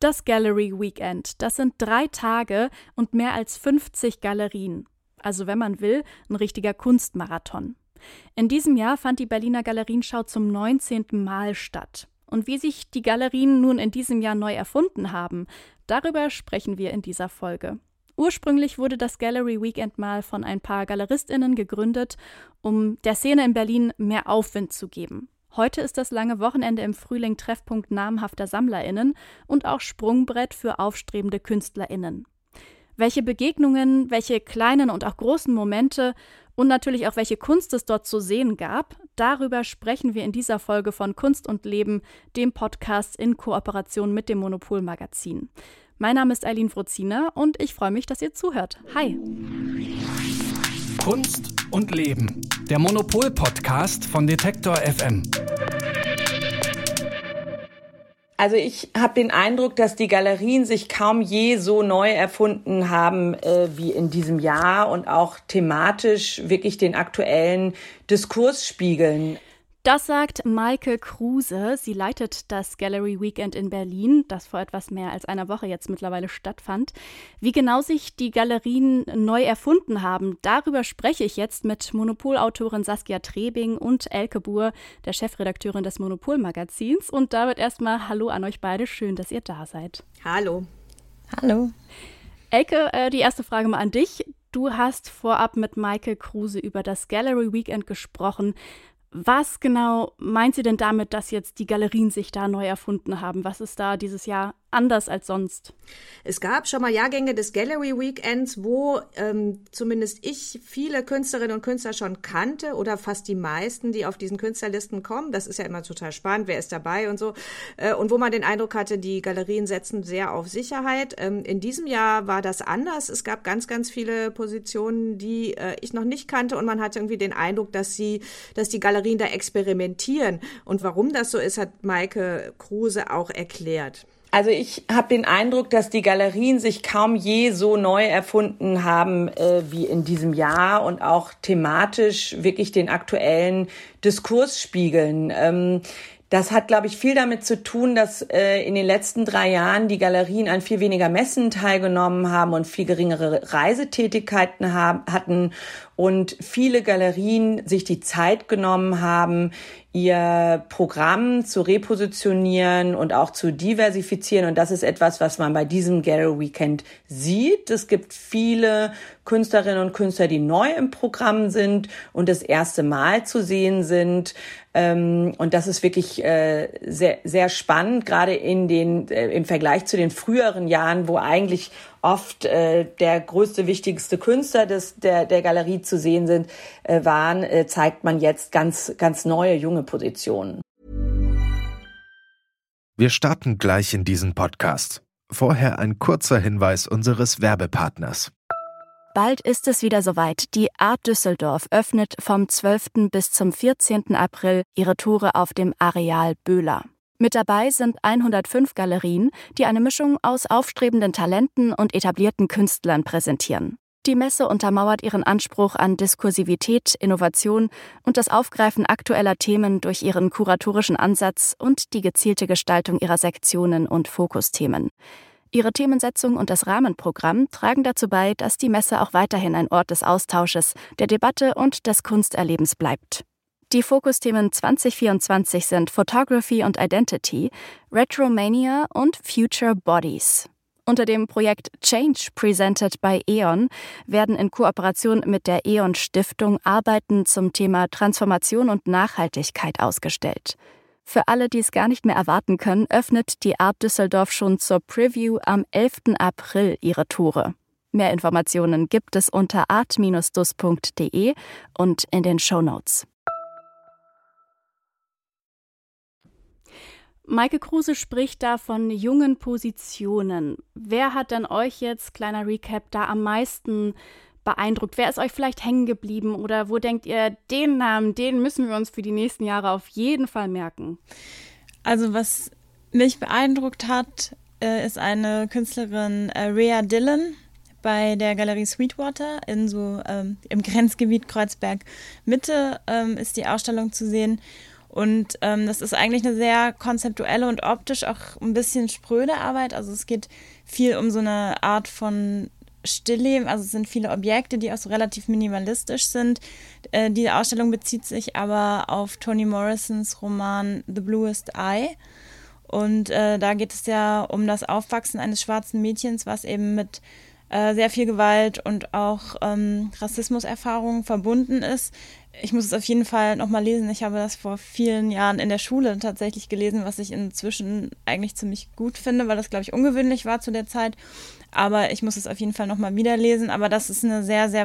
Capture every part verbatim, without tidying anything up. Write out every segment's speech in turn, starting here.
Das Gallery Weekend, das sind drei Tage und mehr als fünfzig Galerien. Also wenn man will, ein richtiger Kunstmarathon. In diesem Jahr fand die Berliner Galerienschau zum neunzehnten Mal statt. Und wie sich die Galerien nun in diesem Jahr neu erfunden haben, darüber sprechen wir in dieser Folge. Ursprünglich wurde das Gallery Weekend mal von ein paar GaleristInnen gegründet, um der Szene in Berlin mehr Aufwind zu geben. Heute ist das lange Wochenende im Frühling Treffpunkt namhafter SammlerInnen und auch Sprungbrett für aufstrebende KünstlerInnen. Welche Begegnungen, welche kleinen und auch großen Momente und natürlich auch welche Kunst es dort zu sehen gab, darüber sprechen wir in dieser Folge von Kunst und Leben, dem Podcast in Kooperation mit dem Monopol-Magazin. Mein Name ist Eileen Frozina und ich freue mich, dass ihr zuhört. Hi! Kunst und Leben, der Monopol-Podcast von Detektor F M. Also ich habe den Eindruck, dass die Galerien sich kaum je so neu erfunden haben äh, wie in diesem Jahr und auch thematisch wirklich den aktuellen Diskurs spiegeln. Das sagt Maike Kruse. Sie leitet das Gallery Weekend in Berlin, das vor etwas mehr als einer Woche jetzt mittlerweile stattfand. Wie genau sich die Galerien neu erfunden haben, darüber spreche ich jetzt mit Monopolautorin Saskia Trebing und Elke Buhr, der Chefredakteurin des Monopol-Magazins. Und damit erstmal Hallo an euch beide, schön, dass ihr da seid. Hallo. Hallo. Elke, äh, die erste Frage mal an dich. Du hast vorab mit Maike Kruse über das Gallery Weekend gesprochen. Was genau meint sie denn damit, dass jetzt die Galerien sich da neu erfunden haben? Was ist da dieses Jahr anders als sonst? Es gab schon mal Jahrgänge des Gallery Weekends, wo ähm, zumindest ich viele Künstlerinnen und Künstler schon kannte oder fast die meisten, die auf diesen Künstlerlisten kommen. Das ist ja immer total spannend, wer ist dabei und so. Äh, und wo man den Eindruck hatte, die Galerien setzen sehr auf Sicherheit. Ähm, in diesem Jahr war das anders. Es gab ganz, ganz viele Positionen, die äh, ich noch nicht kannte und man hatte irgendwie den Eindruck, dass sie, dass die Galerien da experimentieren. Und warum das so ist, hat Maike Kruse auch erklärt. Also ich habe den Eindruck, dass die Galerien sich kaum je so neu erfunden haben äh, wie in diesem Jahr und auch thematisch wirklich den aktuellen Diskurs spiegeln. Ähm, Das hat, glaube ich, viel damit zu tun, dass äh, in den letzten drei Jahren die Galerien an viel weniger Messen teilgenommen haben und viel geringere Reisetätigkeiten haben, hatten und viele Galerien sich die Zeit genommen haben, ihr Programm zu repositionieren und auch zu diversifizieren. Und das ist etwas, was man bei diesem Gallery Weekend sieht. Es gibt viele Künstlerinnen und Künstler, die neu im Programm sind und das erste Mal zu sehen sind. Und das ist wirklich sehr, sehr spannend, gerade in den, im Vergleich zu den früheren Jahren, wo eigentlich oft äh, der größte, wichtigste Künstler des, der, der Galerie zu sehen sind, äh, waren, äh, zeigt man jetzt ganz, ganz neue, junge Positionen. Wir starten gleich in diesen Podcast. Vorher ein kurzer Hinweis unseres Werbepartners. Bald ist es wieder soweit. Die Art Düsseldorf öffnet vom zwölften bis zum vierzehnten April ihre Tore auf dem Areal Böhler. Mit dabei sind hundertfünf Galerien, die eine Mischung aus aufstrebenden Talenten und etablierten Künstlern präsentieren. Die Messe untermauert ihren Anspruch an Diskursivität, Innovation und das Aufgreifen aktueller Themen durch ihren kuratorischen Ansatz und die gezielte Gestaltung ihrer Sektionen und Fokusthemen. Ihre Themensetzung und das Rahmenprogramm tragen dazu bei, dass die Messe auch weiterhin ein Ort des Austausches, der Debatte und des Kunsterlebens bleibt. Die Fokusthemen zwanzig vierundzwanzig sind Photography und Identity, Retromania und Future Bodies. Unter dem Projekt Change Presented by E.ON werden in Kooperation mit der E.ON Stiftung Arbeiten zum Thema Transformation und Nachhaltigkeit ausgestellt. Für alle, die es gar nicht mehr erwarten können, öffnet die Art Düsseldorf schon zur Preview am elften April ihre Tore. Mehr Informationen gibt es unter art Bindestrich dus punkt de und in den Shownotes. Maike Kruse spricht da von jungen Positionen. Wer hat denn euch jetzt, kleiner Recap, da am meisten beeindruckt? Wer ist euch vielleicht hängen geblieben oder wo denkt ihr, den Namen, den müssen wir uns für die nächsten Jahre auf jeden Fall merken? Also was mich beeindruckt hat, ist eine Künstlerin, Rhea Dillon, bei der Galerie Sweetwater in so ähm, im Grenzgebiet Kreuzberg Mitte ähm, ist die Ausstellung zu sehen. Und ähm, das ist eigentlich eine sehr konzeptuelle und optisch auch ein bisschen spröde Arbeit. Also es geht viel um so eine Art von Stillleben. Also es sind viele Objekte, die auch so relativ minimalistisch sind. Äh, die Ausstellung bezieht sich aber auf Toni Morrisons Roman The Bluest Eye. Und äh, da geht es ja um das Aufwachsen eines schwarzen Mädchens, was eben mit äh, sehr viel Gewalt und auch ähm, Rassismuserfahrungen verbunden ist. Ich muss es auf jeden Fall nochmal lesen. Ich habe das vor vielen Jahren in der Schule tatsächlich gelesen, was ich inzwischen eigentlich ziemlich gut finde, weil das, glaube ich, ungewöhnlich war zu der Zeit. Aber ich muss es auf jeden Fall nochmal wieder lesen. Aber das ist eine sehr, sehr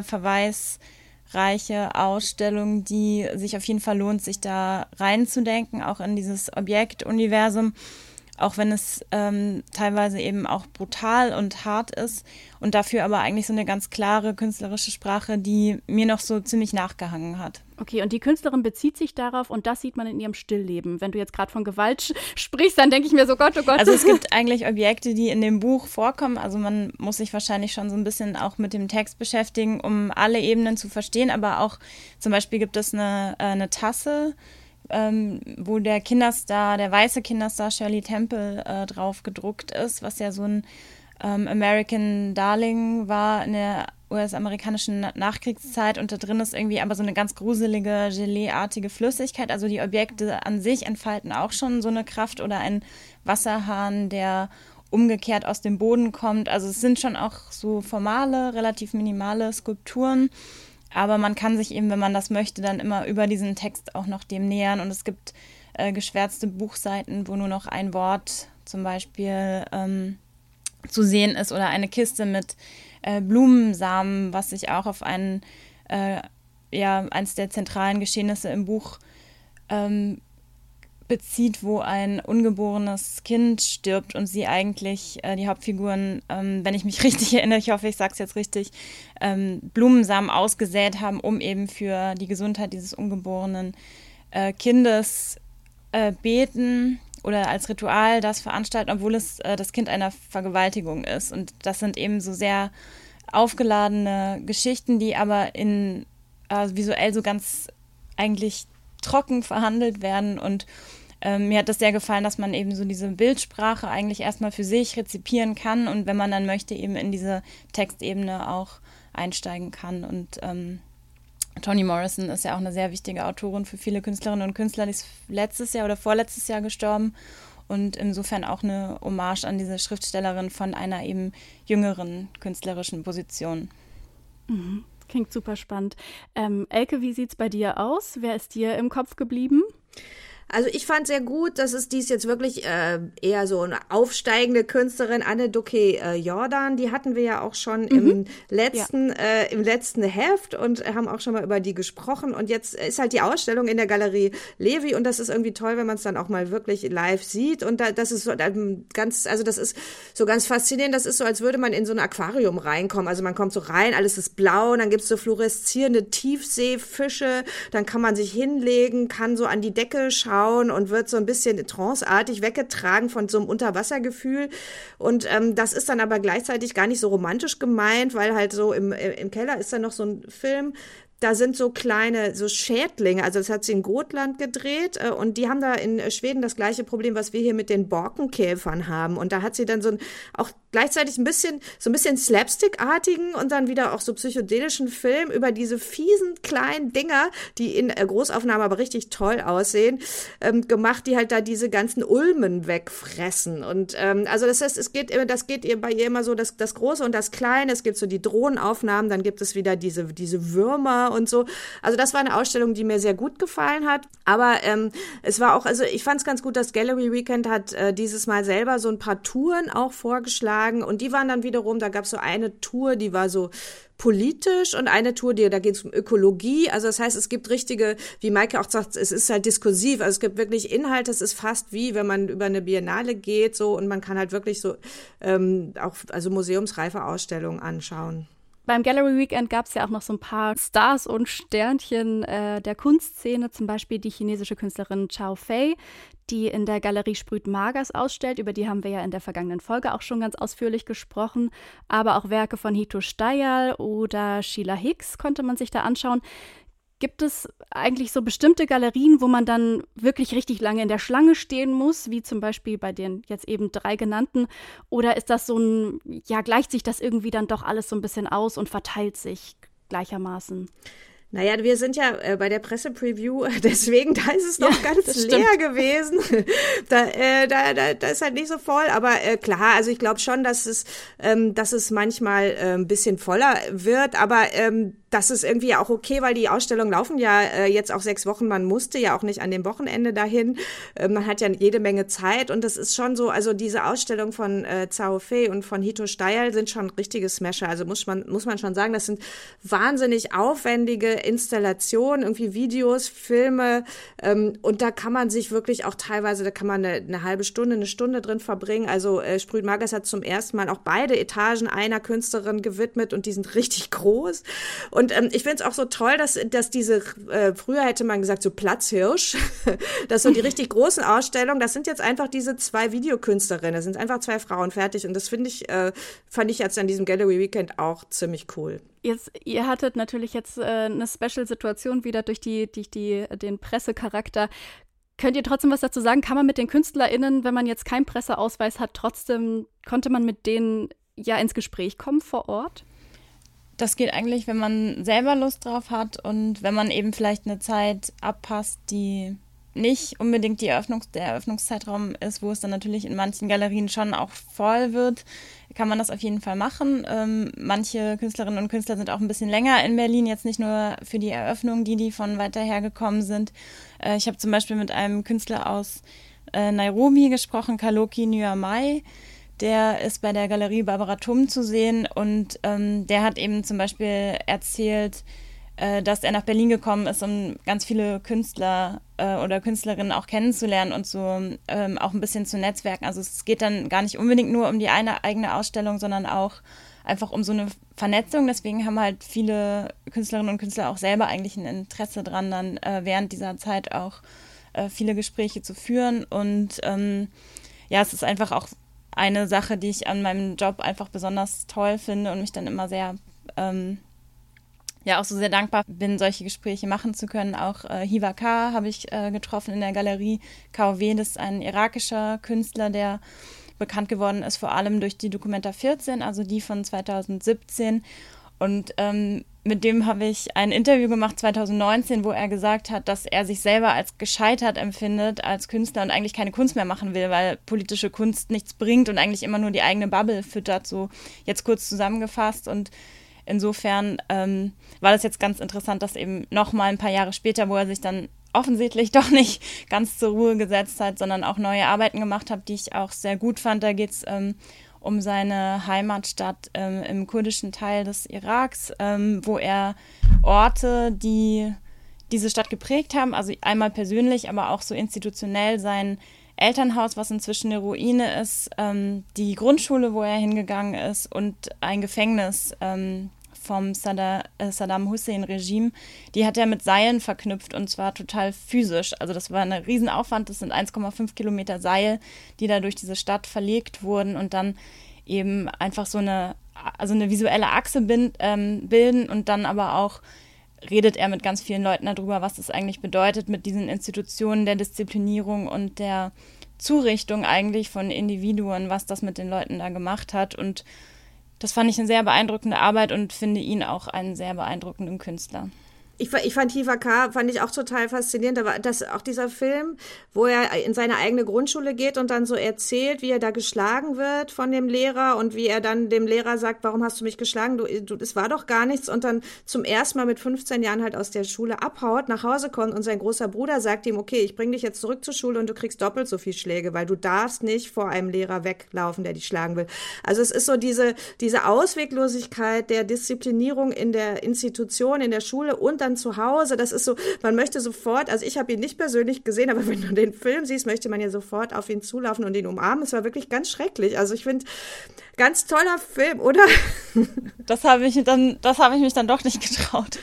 verweisreiche Ausstellung, die sich auf jeden Fall lohnt, sich da reinzudenken, auch in dieses Objektuniversum. Auch wenn es ähm, teilweise eben auch brutal und hart ist und dafür aber eigentlich so eine ganz klare künstlerische Sprache, die mir noch so ziemlich nachgehangen hat. Okay, und die Künstlerin bezieht sich darauf und das sieht man in ihrem Stillleben. Wenn du jetzt gerade von Gewalt sprichst, dann denke ich mir so, Gott, oh Gott. Also es gibt eigentlich Objekte, die in dem Buch vorkommen. Also man muss sich wahrscheinlich schon so ein bisschen auch mit dem Text beschäftigen, um alle Ebenen zu verstehen. Aber auch zum Beispiel gibt es eine, äh, eine Tasse, Ähm, wo der Kinderstar, der weiße Kinderstar Shirley Temple äh, drauf gedruckt ist, was ja so ein ähm, American Darling war in der U S-amerikanischen Nachkriegszeit, und da drin ist irgendwie aber so eine ganz gruselige, Gelee-artige Flüssigkeit. Also die Objekte an sich entfalten auch schon so eine Kraft, oder ein Wasserhahn, der umgekehrt aus dem Boden kommt. Also es sind schon auch so formale, relativ minimale Skulpturen. Aber man kann sich eben, wenn man das möchte, dann immer über diesen Text auch noch dem nähern. Und es gibt äh, geschwärzte Buchseiten, wo nur noch ein Wort zum Beispiel ähm, zu sehen ist, oder eine Kiste mit äh, Blumensamen, was sich auch auf einen, äh, ja, eins der zentralen Geschehnisse im Buch ähm, bezieht, wo ein ungeborenes Kind stirbt und sie eigentlich, äh, die Hauptfiguren, ähm, wenn ich mich richtig erinnere, ich hoffe, ich sage es jetzt richtig, ähm, Blumensamen ausgesät haben, um eben für die Gesundheit dieses ungeborenen äh, Kindes äh, beten oder als Ritual das veranstalten, obwohl es äh, das Kind einer Vergewaltigung ist. Und das sind eben so sehr aufgeladene Geschichten, die aber in äh, visuell so ganz eigentlich trocken verhandelt werden, und ähm, mir hat das sehr gefallen, dass man eben so diese Bildsprache eigentlich erstmal für sich rezipieren kann und wenn man dann möchte, eben in diese Textebene auch einsteigen kann. Und ähm, Toni Morrison ist ja auch eine sehr wichtige Autorin für viele Künstlerinnen und Künstler, die ist letztes Jahr oder vorletztes Jahr gestorben, und insofern auch eine Hommage an diese Schriftstellerin von einer eben jüngeren künstlerischen Position. Mhm. Klingt super spannend. Ähm, Elke, wie sieht's bei dir aus? Wer ist dir im Kopf geblieben? Also ich fand sehr gut, dass es dies jetzt wirklich äh, eher so eine aufsteigende Künstlerin, Anne Duque äh, Jordan, die hatten wir ja auch schon mhm. im letzten ja. äh, im letzten Heft und haben auch schon mal über die gesprochen, und jetzt ist halt die Ausstellung in der Galerie Levi, und das ist irgendwie toll, wenn man es dann auch mal wirklich live sieht, und da, das ist so ganz, also das ist so ganz faszinierend, das ist so, als würde man in so ein Aquarium reinkommen, also man kommt so rein, alles ist blau, und dann gibt's so fluoreszierende Tiefseefische, dann kann man sich hinlegen, kann so an die Decke schauen und wird so ein bisschen tranceartig weggetragen von so einem Unterwassergefühl. Und ähm, das ist dann aber gleichzeitig gar nicht so romantisch gemeint, weil halt so im, im Keller ist dann noch so ein Film, da sind so kleine, so Schädlinge, also das hat sie in Gotland gedreht, äh, und die haben da in Schweden das gleiche Problem, was wir hier mit den Borkenkäfern haben, und da hat sie dann so ein, auch gleichzeitig ein bisschen, so ein bisschen Slapstick-artigen und dann wieder auch so psychedelischen Film über diese fiesen kleinen Dinger, die in Großaufnahme aber richtig toll aussehen, ähm, gemacht, die halt da diese ganzen Ulmen wegfressen, und ähm, also das heißt, es geht, das geht ihr bei ihr immer so, das, das Große und das Kleine, es gibt so die Drohnenaufnahmen, dann gibt es wieder diese, diese Würmer und so. Also das war eine Ausstellung, die mir sehr gut gefallen hat. Aber ähm, es war auch, also ich fand es ganz gut, das Gallery Weekend hat äh, dieses Mal selber so ein paar Touren auch vorgeschlagen, und die waren dann wiederum, da gab es so eine Tour, die war so politisch, und eine Tour, die, da geht es um Ökologie. Also das heißt, es gibt richtige, wie Maike auch sagt, es ist halt diskursiv. Also es gibt wirklich Inhalte. Es ist fast wie, wenn man über eine Biennale geht, so, und man kann halt wirklich so ähm, auch also museumsreife Ausstellungen anschauen. Beim Gallery Weekend gab es ja auch noch so ein paar Stars und Sternchen äh, der Kunstszene, zum Beispiel die chinesische Künstlerin Chao Fei, die in der Galerie Sprüht Magers ausstellt. Über die haben wir ja in der vergangenen Folge auch schon ganz ausführlich gesprochen. Aber auch Werke von Hito Steyerl oder Sheila Hicks konnte man sich da anschauen. Gibt es eigentlich so bestimmte Galerien, wo man dann wirklich richtig lange in der Schlange stehen muss, wie zum Beispiel bei den jetzt eben drei genannten? Oder ist das so ein, ja, gleicht sich das irgendwie dann doch alles so ein bisschen aus und verteilt sich gleichermaßen? Naja, wir sind ja äh, bei der Pressepreview, deswegen, da ist es noch ja, ganz leer gewesen. da, äh, da, da, da ist halt nicht so voll, aber äh, klar, also ich glaube schon, dass es, ähm, dass es manchmal äh, ein bisschen voller wird, aber ähm, das ist irgendwie auch okay, weil die Ausstellungen laufen ja äh, jetzt auch sechs Wochen. Man musste ja auch nicht an dem Wochenende dahin. Äh, man hat ja jede Menge Zeit und das ist schon so, also diese Ausstellung von äh, Cao Fei und von Hito Steyerl sind schon richtige Smasher. Also muss man, muss man schon sagen, das sind wahnsinnig aufwendige Installationen, irgendwie Videos, Filme ähm, und da kann man sich wirklich auch teilweise, da kann man eine, eine halbe Stunde, eine Stunde drin verbringen. Also äh, Sprüht Magaz hat zum ersten Mal auch beide Etagen einer Künstlerin gewidmet und die sind richtig groß. Und ähm, ich finde es auch so toll, dass, dass diese, äh, früher hätte man gesagt, so Platzhirsch, dass so die richtig großen Ausstellungen, das sind jetzt einfach diese zwei Videokünstlerinnen, das sind einfach zwei Frauen fertig und das finde ich, äh, fand ich jetzt an diesem Gallery Weekend auch ziemlich cool. Jetzt, ihr hattet natürlich jetzt äh, eine Special-Situation wieder durch, die, durch die, den Pressecharakter. Könnt ihr trotzdem was dazu sagen? Kann man mit den KünstlerInnen, wenn man jetzt keinen Presseausweis hat, trotzdem, konnte man mit denen ja ins Gespräch kommen vor Ort? Das geht eigentlich, wenn man selber Lust drauf hat und wenn man eben vielleicht eine Zeit abpasst, die nicht unbedingt die Eröffnungs- der Eröffnungszeitraum ist, wo es dann natürlich in manchen Galerien schon auch voll wird, kann man das auf jeden Fall machen. Ähm, manche Künstlerinnen und Künstler sind auch ein bisschen länger in Berlin, jetzt nicht nur für die Eröffnung, die, die von weiter her gekommen sind. Äh, ich habe zum Beispiel mit einem Künstler aus äh, Nairobi gesprochen, Kaloki Nyamai. Der ist bei der Galerie Barbara Tumm zu sehen und ähm, der hat eben zum Beispiel erzählt, äh, dass er nach Berlin gekommen ist, um ganz viele Künstler äh, oder Künstlerinnen auch kennenzulernen und so ähm, auch ein bisschen zu netzwerken. Also es geht dann gar nicht unbedingt nur um die eine eigene Ausstellung, sondern auch einfach um so eine Vernetzung. Deswegen haben halt viele Künstlerinnen und Künstler auch selber eigentlich ein Interesse dran, dann äh, während dieser Zeit auch äh, viele Gespräche zu führen. Und ähm, ja, es ist einfach auch eine Sache, die ich an meinem Job einfach besonders toll finde und mich dann immer sehr, ähm, ja auch so sehr dankbar bin, solche Gespräche machen zu können. Auch äh, Hiva K. habe ich äh, getroffen in der Galerie K O W. Das ist ein irakischer Künstler, der bekannt geworden ist, vor allem durch die Documenta vierzehn, also die von zweitausendsiebzehn. Und ähm, mit dem habe ich ein Interview gemacht zweitausendneunzehn, wo er gesagt hat, dass er sich selber als gescheitert empfindet als Künstler und eigentlich keine Kunst mehr machen will, weil politische Kunst nichts bringt und eigentlich immer nur die eigene Bubble füttert, so jetzt kurz zusammengefasst. Und insofern ähm, war das jetzt ganz interessant, dass eben noch mal ein paar Jahre später, wo er sich dann offensichtlich doch nicht ganz zur Ruhe gesetzt hat, sondern auch neue Arbeiten gemacht hat, die ich auch sehr gut fand. Da geht es ähm, um seine Heimatstadt ähm, im kurdischen Teil des Iraks, ähm, wo er Orte, die diese Stadt geprägt haben, also einmal persönlich, aber auch so institutionell sein Elternhaus, was inzwischen eine Ruine ist, ähm, die Grundschule, wo er hingegangen ist und ein Gefängnis ähm, vom Saddam, äh, Saddam Hussein-Regime, die hat er mit Seilen verknüpft und zwar total physisch. Also das war ein Riesenaufwand, das sind eins Komma fünf Kilometer Seil, die da durch diese Stadt verlegt wurden und dann eben einfach so eine, also eine visuelle Achse bind, ähm, bilden und dann aber auch redet er mit ganz vielen Leuten darüber, was das eigentlich bedeutet mit diesen Institutionen der Disziplinierung und der Zurichtung eigentlich von Individuen, was das mit den Leuten da gemacht hat. Und das fand ich eine sehr beeindruckende Arbeit und finde ihn auch einen sehr beeindruckenden Künstler. Ich, ich fand Hiva K. fand ich auch total faszinierend. Da war das auch dieser Film, wo er in seine eigene Grundschule geht und dann so erzählt, wie er da geschlagen wird von dem Lehrer und wie er dann dem Lehrer sagt, warum hast du mich geschlagen? Du, du, es war doch gar nichts. Und dann zum ersten Mal mit fünfzehn Jahren halt aus der Schule abhaut, nach Hause kommt und sein großer Bruder sagt ihm, okay, ich bring dich jetzt zurück zur Schule und du kriegst doppelt so viel Schläge, weil du darfst nicht vor einem Lehrer weglaufen, der dich schlagen will. Also es ist so diese, diese Ausweglosigkeit der Disziplinierung in der Institution, in der Schule und dann zu Hause, das ist so, man möchte sofort, also ich habe ihn nicht persönlich gesehen, aber wenn du den Film siehst, möchte man ja sofort auf ihn zulaufen und ihn umarmen. Es war wirklich ganz schrecklich. Also ich finde, ganz toller Film, oder? Das habe ich dann, das habe ich mich dann doch nicht getraut.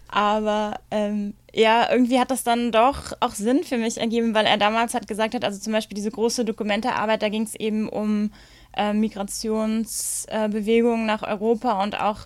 Aber ähm, ja, irgendwie hat das dann doch auch Sinn für mich ergeben, weil er damals hat gesagt hat, also zum Beispiel diese große Dokumentararbeit, da ging es eben um äh, Migrationsbewegungen äh, nach Europa und auch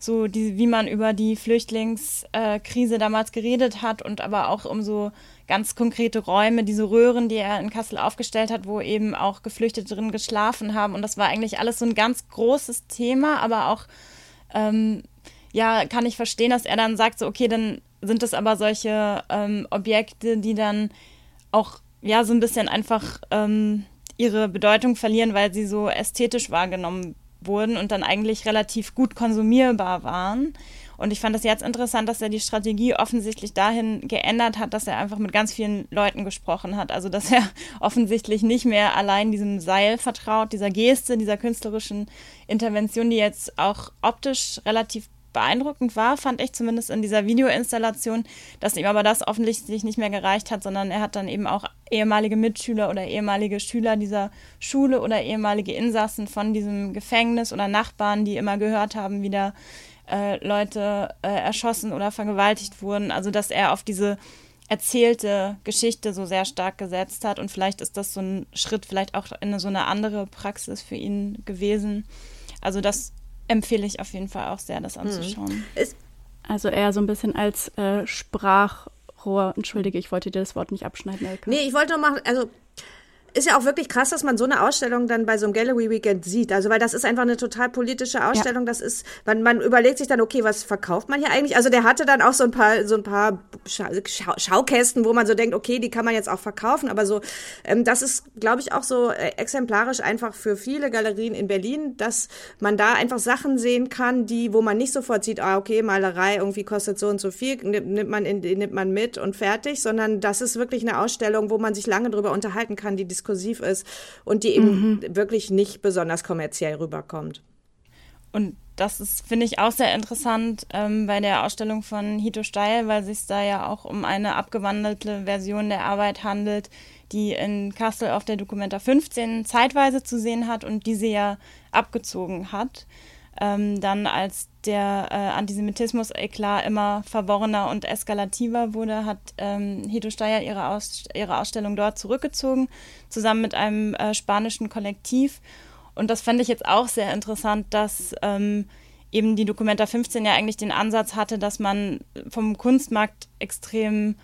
so die, wie man über die Flüchtlingskrise damals geredet hat und aber auch um so ganz konkrete Räume, diese Röhren, die er in Kassel aufgestellt hat, wo eben auch Geflüchtete drin geschlafen haben. Und das war eigentlich alles so ein ganz großes Thema, aber auch, ähm, ja, kann ich verstehen, dass er dann sagt, so okay, dann sind das aber solche ähm, Objekte, die dann auch, ja, so ein bisschen einfach ähm, ihre Bedeutung verlieren, weil sie so ästhetisch wahrgenommen wurden und dann eigentlich relativ gut konsumierbar waren. Und ich fand das jetzt interessant, dass er die Strategie offensichtlich dahin geändert hat, dass er einfach mit ganz vielen Leuten gesprochen hat. Also dass er offensichtlich nicht mehr allein diesem Seil vertraut, dieser Geste, dieser künstlerischen Intervention, die jetzt auch optisch relativ beeindruckend war, fand ich zumindest in dieser Videoinstallation, dass ihm aber das offensichtlich nicht mehr gereicht hat, sondern er hat dann eben auch ehemalige Mitschüler oder ehemalige Schüler dieser Schule oder ehemalige Insassen von diesem Gefängnis oder Nachbarn, die immer gehört haben, wie da äh, Leute äh, erschossen oder vergewaltigt wurden. Also dass er auf diese erzählte Geschichte so sehr stark gesetzt hat und vielleicht ist das so ein Schritt vielleicht auch in so eine andere Praxis für ihn gewesen. Also das empfehle ich auf jeden Fall auch sehr, das anzuschauen. Ist also eher so ein bisschen als äh, Sprachrohr. Entschuldige, ich wollte dir das Wort nicht abschneiden, Elke. Nee, ich wollte nur machen, also ist ja auch wirklich krass, dass man so eine Ausstellung dann bei so einem Gallery Weekend sieht. Also, weil das ist einfach eine total politische Ausstellung. Ja. Das ist, man, man überlegt sich dann, okay, was verkauft man hier eigentlich? Also, der hatte dann auch so ein paar, so ein paar Schau- Schau- Schaukästen, wo man so denkt, okay, die kann man jetzt auch verkaufen. Aber so, ähm, das ist, glaube ich, auch so äh, exemplarisch einfach für viele Galerien in Berlin, dass man da einfach Sachen sehen kann, die, wo man nicht sofort sieht, ah, okay, Malerei irgendwie kostet so und so viel, nimmt, nimmt man in, nimmt man mit und fertig, sondern das ist wirklich eine Ausstellung, wo man sich lange drüber unterhalten kann, die diskursiv ist und die eben mhm. wirklich nicht besonders kommerziell rüberkommt. Und das ist, finde ich, auch sehr interessant ähm, bei der Ausstellung von Hito Steyl, weil es sich da ja auch um eine abgewandelte Version der Arbeit handelt, die in Kassel auf der Documenta fünfzehn zeitweise zu sehen hat und die sie ja abgezogen hat. Ähm, dann als der äh, Antisemitismus-Eklat immer verworrener und eskalativer wurde, hat ähm, Hito Steyl ihre, Aus- ihre Ausstellung dort zurückgezogen, zusammen mit einem äh, spanischen Kollektiv. Und das fand ich jetzt auch sehr interessant, dass ähm, eben die Documenta fünfzehn ja eigentlich den Ansatz hatte, dass man vom Kunstmarkt extrem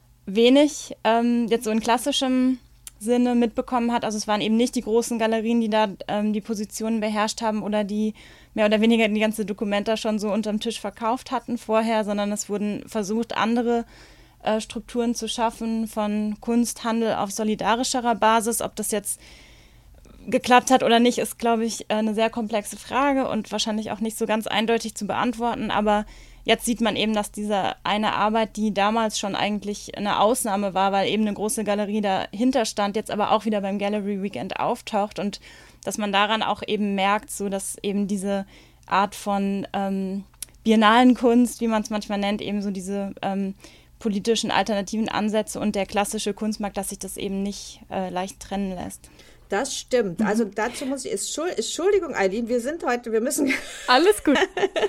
wenig ähm, jetzt so in klassischem Sinne mitbekommen hat. Also es waren eben nicht die großen Galerien, die da ähm, die Positionen beherrscht haben oder die mehr oder weniger die ganze Documenta schon so unterm Tisch verkauft hatten vorher, sondern es wurden versucht, andere äh, Strukturen zu schaffen von Kunsthandel auf solidarischerer Basis. Ob das jetzt geklappt hat oder nicht, ist, glaube ich, eine sehr komplexe Frage und wahrscheinlich auch nicht so ganz eindeutig zu beantworten, aber jetzt sieht man eben, dass diese eine Arbeit, die damals schon eigentlich eine Ausnahme war, weil eben eine große Galerie dahinter stand, jetzt aber auch wieder beim Gallery Weekend auftaucht und dass man daran auch eben merkt, so dass eben diese Art von ähm, biennalen Kunst, wie man es manchmal nennt, eben so diese ähm, politischen alternativen Ansätze und der klassische Kunstmarkt, dass sich das eben nicht äh, leicht trennen lässt. Das stimmt. Also dazu muss ich, Entschuldigung, Eileen, wir sind heute, wir müssen... Alles gut.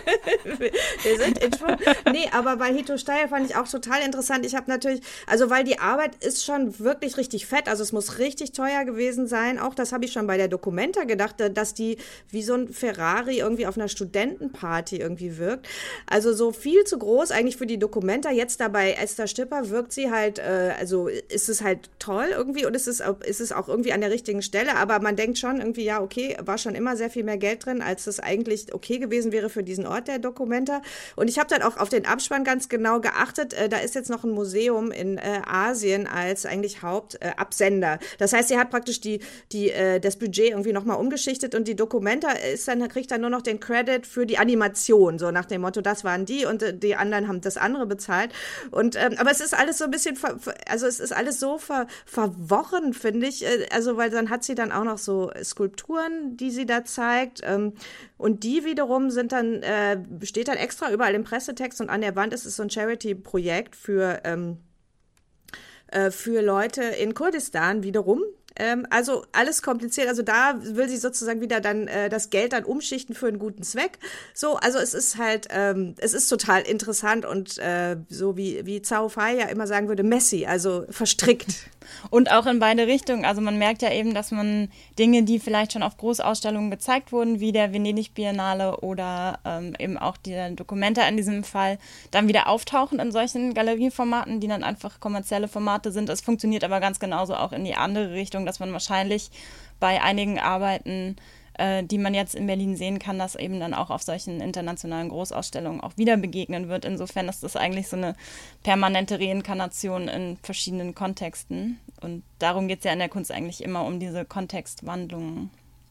wir sind in Schwung. Nee, aber bei Hito Steyl fand ich auch total interessant. Ich habe natürlich, also weil die Arbeit ist schon wirklich richtig fett, also es muss richtig teuer gewesen sein. Auch das habe ich schon bei der Documenta gedacht, dass die wie so ein Ferrari irgendwie auf einer Studentenparty irgendwie wirkt. Also so viel zu groß eigentlich für die Documenta. Jetzt da bei Esther Stipper wirkt sie halt, äh, also ist es halt toll irgendwie und ist es, ist es auch irgendwie an der richtigen Stelle. Stelle, aber man denkt schon irgendwie, ja, okay, war schon immer sehr viel mehr Geld drin, als es eigentlich okay gewesen wäre für diesen Ort der Documenta. Und ich habe dann auch auf den Abspann ganz genau geachtet. Äh, da ist jetzt noch ein Museum in äh, Asien als eigentlich Hauptabsender. Äh, das heißt, sie hat praktisch die, die, äh, das Budget irgendwie nochmal umgeschichtet und die Documenta ist dann, kriegt dann nur noch den Credit für die Animation, so nach dem Motto, das waren die und äh, die anderen haben das andere bezahlt. Und, ähm, aber es ist alles so ein bisschen, ver, also es ist alles so ver, verworren, finde ich. Äh, also, weil dann hat sie dann auch noch so Skulpturen, die sie da zeigt. Ähm, und die wiederum sind dann, äh, steht dann extra überall im Pressetext und an der Wand ist es so ein Charity-Projekt für, ähm, äh, für Leute in Kurdistan wiederum. Ähm, also alles kompliziert. Also da will sie sozusagen wieder dann äh, das Geld dann umschichten für einen guten Zweck. So, also es ist halt, ähm, es ist total interessant und äh, so wie, wie Zhao Fei ja immer sagen würde, messy, also verstrickt. Und auch in beide Richtungen. Also man merkt ja eben, dass man Dinge, die vielleicht schon auf Großausstellungen gezeigt wurden, wie der Venedig-Biennale oder ähm, eben auch die Documenta in diesem Fall, dann wieder auftauchen in solchen Galerieformaten, die dann einfach kommerzielle Formate sind. Es funktioniert aber ganz genauso auch in die andere Richtung, dass man wahrscheinlich bei einigen Arbeiten, äh, die man jetzt in Berlin sehen kann, das eben dann auch auf solchen internationalen Großausstellungen auch wieder begegnen wird. Insofern ist das eigentlich so eine permanente Reinkarnation in verschiedenen Kontexten. Und darum geht es ja in der Kunst eigentlich immer, um diese Kontextwandlungen.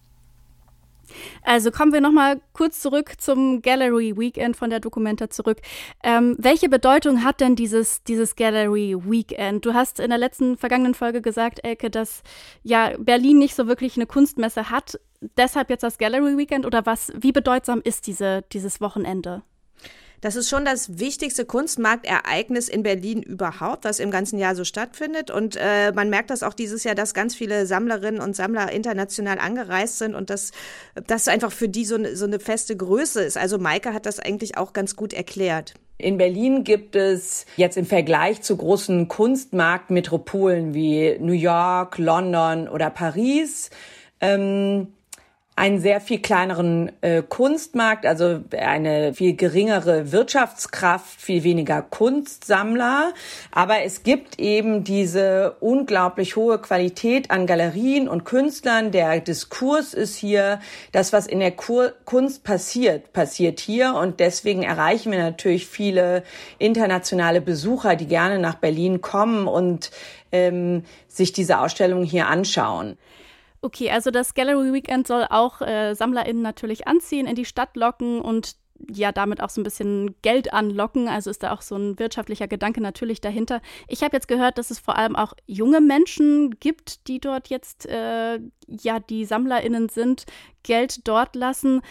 Also kommen wir nochmal kurz zurück zum Gallery Weekend von der Documenta zurück. Ähm, welche Bedeutung hat denn dieses, dieses Gallery Weekend? Du hast in der letzten vergangenen Folge gesagt, Elke, dass ja Berlin nicht so wirklich eine Kunstmesse hat. Deshalb jetzt das Gallery Weekend oder was? Wie bedeutsam ist diese, dieses Wochenende? Das ist schon das wichtigste Kunstmarktereignis in Berlin überhaupt, was im ganzen Jahr so stattfindet. Und äh, man merkt das auch dieses Jahr, dass ganz viele Sammlerinnen und Sammler international angereist sind und dass das einfach für die so eine, so eine feste Größe ist. Also Maike hat das eigentlich auch ganz gut erklärt. In Berlin gibt es jetzt im Vergleich zu großen Kunstmarktmetropolen wie New York, London oder Paris ähm, einen sehr viel kleineren äh, Kunstmarkt, also eine viel geringere Wirtschaftskraft, viel weniger Kunstsammler. Aber es gibt eben diese unglaublich hohe Qualität an Galerien und Künstlern. Der Diskurs ist hier, das, was in der Kur- Kunst passiert, passiert hier. Und deswegen erreichen wir natürlich viele internationale Besucher, die gerne nach Berlin kommen und ähm, sich diese Ausstellung hier anschauen. Okay, also das Gallery Weekend soll auch äh, SammlerInnen natürlich anziehen, in die Stadt locken und ja damit auch so ein bisschen Geld anlocken. Also ist da auch so ein wirtschaftlicher Gedanke natürlich dahinter. Ich habe jetzt gehört, dass es vor allem auch junge Menschen gibt, die dort jetzt äh, ja die SammlerInnen sind, Geld dort lassen.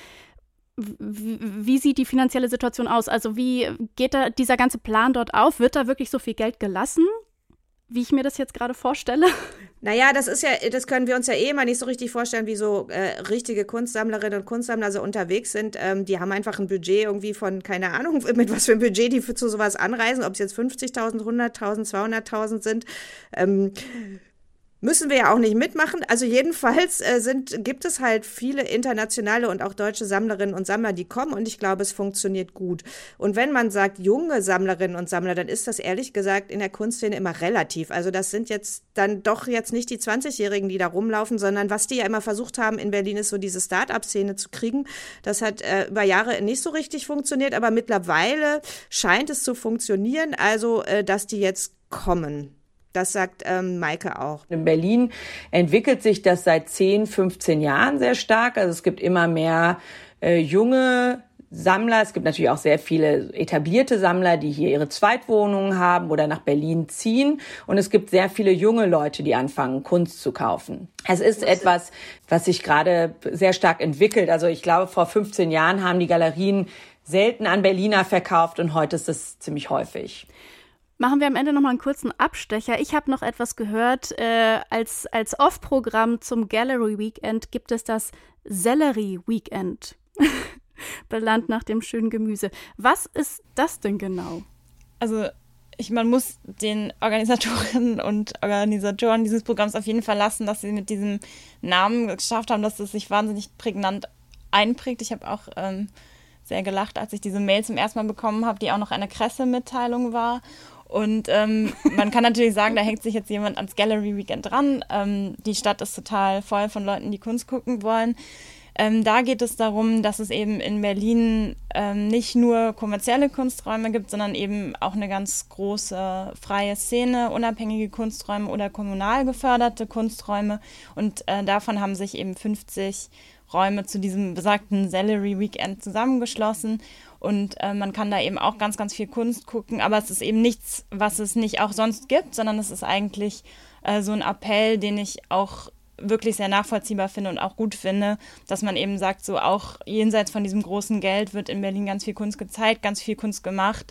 Wie, wie sieht die finanzielle Situation aus? Also wie geht da dieser ganze Plan dort auf? Wird da wirklich so viel Geld gelassen, wie ich mir das jetzt gerade vorstelle? Naja, das ist ja, das können wir uns ja eh mal nicht so richtig vorstellen, wie so äh, richtige Kunstsammlerinnen und Kunstsammler so unterwegs sind. Ähm, die haben einfach ein Budget irgendwie von, keine Ahnung, mit was für ein Budget die für zu sowas anreisen, ob es jetzt fünfzigtausend, hunderttausend, zweihunderttausend sind. Ähm, Müssen wir ja auch nicht mitmachen. Also jedenfalls äh, sind, gibt es halt viele internationale und auch deutsche Sammlerinnen und Sammler, die kommen und ich glaube, es funktioniert gut. Und wenn man sagt junge Sammlerinnen und Sammler, dann ist das ehrlich gesagt in der Kunstszene immer relativ. Also das sind jetzt dann doch jetzt nicht die zwanzigjährigen, die da rumlaufen, sondern was die ja immer versucht haben in Berlin ist so diese Start-up-Szene zu kriegen. Das hat äh, über Jahre nicht so richtig funktioniert, aber mittlerweile scheint es zu funktionieren, also äh, dass die jetzt kommen. Das sagt ähm, Maike auch. In Berlin entwickelt sich das seit zehn, fünfzehn Jahren sehr stark. Also es gibt immer mehr äh, junge Sammler. Es gibt natürlich auch sehr viele etablierte Sammler, die hier ihre Zweitwohnungen haben oder nach Berlin ziehen. Und es gibt sehr viele junge Leute, die anfangen, Kunst zu kaufen. Es ist etwas, was sich gerade sehr stark entwickelt. Also ich glaube, vor fünfzehn Jahren haben die Galerien selten an Berliner verkauft und heute ist es ziemlich häufig. Machen wir am Ende noch mal einen kurzen Abstecher. Ich habe noch etwas gehört. Äh, als, als Off-Programm zum Gallery Weekend gibt es das Sellerie Weekend. Benannt nach dem schönen Gemüse. Was ist das denn genau? Also ich, man muss den Organisatorinnen und Organisatoren dieses Programms auf jeden Fall lassen, dass sie mit diesem Namen geschafft haben, dass es sich wahnsinnig prägnant einprägt. Ich habe auch ähm, sehr gelacht, als ich diese Mail zum ersten Mal bekommen habe, die auch noch eine Pressemitteilung war. Und ähm, man kann natürlich sagen, da hängt sich jetzt jemand ans Gallery Weekend dran. Ähm, die Stadt ist total voll von Leuten, die Kunst gucken wollen. Ähm, da geht es darum, dass es eben in Berlin ähm, nicht nur kommerzielle Kunsträume gibt, sondern eben auch eine ganz große freie Szene, unabhängige Kunsträume oder kommunal geförderte Kunsträume. Und äh, davon haben sich eben fünfzig Räume zu diesem besagten Sellerie Weekend zusammengeschlossen. Und äh, man kann da eben auch ganz, ganz viel Kunst gucken. Aber es ist eben nichts, was es nicht auch sonst gibt, sondern es ist eigentlich äh, so ein Appell, den ich auch wirklich sehr nachvollziehbar finde und auch gut finde, dass man eben sagt, so auch jenseits von diesem großen Geld wird in Berlin ganz viel Kunst gezeigt, ganz viel Kunst gemacht.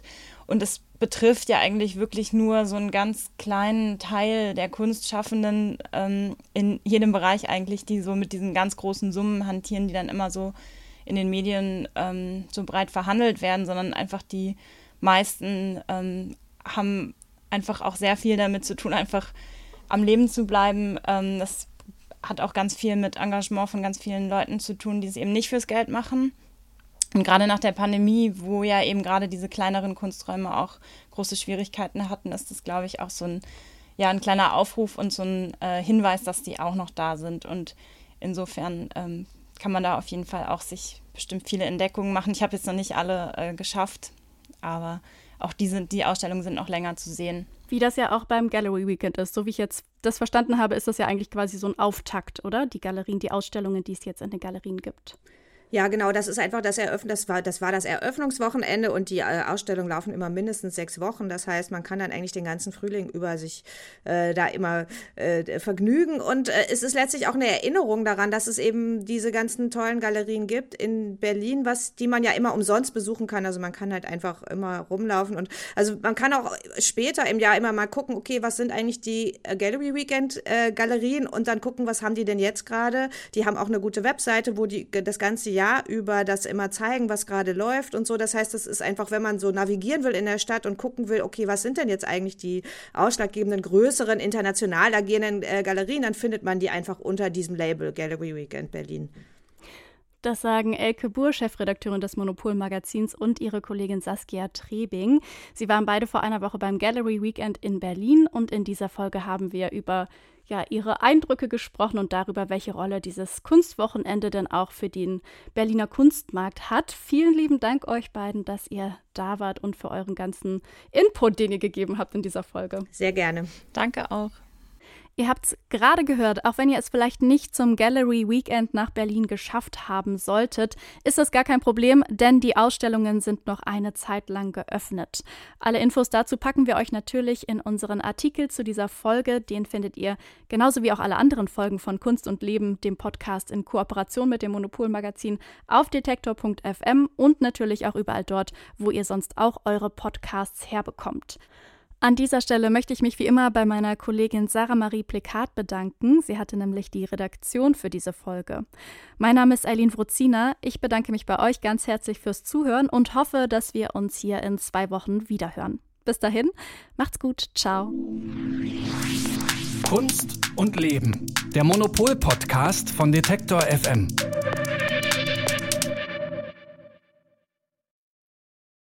Und es betrifft ja eigentlich wirklich nur so einen ganz kleinen Teil der Kunstschaffenden ähm, in jedem Bereich eigentlich, die so mit diesen ganz großen Summen hantieren, die dann immer so in den Medien ähm, so breit verhandelt werden, sondern einfach die meisten ähm, haben einfach auch sehr viel damit zu tun, einfach am Leben zu bleiben. Ähm, das hat auch ganz viel mit Engagement von ganz vielen Leuten zu tun, die es eben nicht fürs Geld machen. Und gerade nach der Pandemie, wo ja eben gerade diese kleineren Kunsträume auch große Schwierigkeiten hatten, ist das, glaube ich, auch so ein, ja, ein kleiner Aufruf und so ein äh, Hinweis, dass die auch noch da sind. Und insofern ähm, kann man da auf jeden Fall auch sich bestimmt viele Entdeckungen machen. Ich habe jetzt noch nicht alle äh, geschafft, aber auch die, sind, die Ausstellungen sind noch länger zu sehen. Wie das ja auch beim Gallery Weekend ist. So wie ich jetzt das verstanden habe, ist das ja eigentlich quasi so ein Auftakt, oder? Die Galerien, die Ausstellungen, die es jetzt in den Galerien gibt. Ja, genau, das ist einfach das Eröffnen, das war, das war das Eröffnungswochenende und die äh, Ausstellungen laufen immer mindestens sechs Wochen. Das heißt, man kann dann eigentlich den ganzen Frühling über sich äh, da immer äh, vergnügen. Und äh, es ist letztlich auch eine Erinnerung daran, dass es eben diese ganzen tollen Galerien gibt in Berlin, was die man ja immer umsonst besuchen kann. Also man kann halt einfach immer rumlaufen. Und also man kann auch später im Jahr immer mal gucken, okay, was sind eigentlich die äh, Gallery Weekend äh, Galerien und dann gucken, was haben die denn jetzt gerade. Die haben auch eine gute Webseite, wo die das ganze Jahr Jahr über das immer zeigen, was gerade läuft und so. Das heißt, das ist einfach, wenn man so navigieren will in der Stadt und gucken will, okay, was sind denn jetzt eigentlich die ausschlaggebenden, größeren, international agierenden äh, Galerien, dann findet man die einfach unter diesem Label Gallery Weekend Berlin. Das sagen Elke Buhr, Chefredakteurin des Monopol-Magazins, und ihre Kollegin Saskia Trebing. Sie waren beide vor einer Woche beim Gallery Weekend in Berlin und in dieser Folge haben wir über ja, ihre Eindrücke gesprochen und darüber, welche Rolle dieses Kunstwochenende denn auch für den Berliner Kunstmarkt hat. Vielen lieben Dank euch beiden, dass ihr da wart und für euren ganzen Input, den ihr gegeben habt in dieser Folge. Sehr gerne. Danke auch. Ihr habt es gerade gehört, auch wenn ihr es vielleicht nicht zum Gallery Weekend nach Berlin geschafft haben solltet, ist das gar kein Problem, denn die Ausstellungen sind noch eine Zeit lang geöffnet. Alle Infos dazu packen wir euch natürlich in unseren Artikel zu dieser Folge. Den findet ihr genauso wie auch alle anderen Folgen von Kunst und Leben, dem Podcast in Kooperation mit dem Monopol-Magazin, auf detektor punkt f m und natürlich auch überall dort, wo ihr sonst auch eure Podcasts herbekommt. An dieser Stelle möchte ich mich wie immer bei meiner Kollegin Sarah Marie Plikat bedanken. Sie hatte nämlich die Redaktion für diese Folge. Mein Name ist Eileen Wrozina. Ich bedanke mich bei euch ganz herzlich fürs Zuhören und hoffe, dass wir uns hier in zwei Wochen wiederhören. Bis dahin, macht's gut. Ciao. Kunst und Leben. Der Monopol-Podcast von Detektor F M.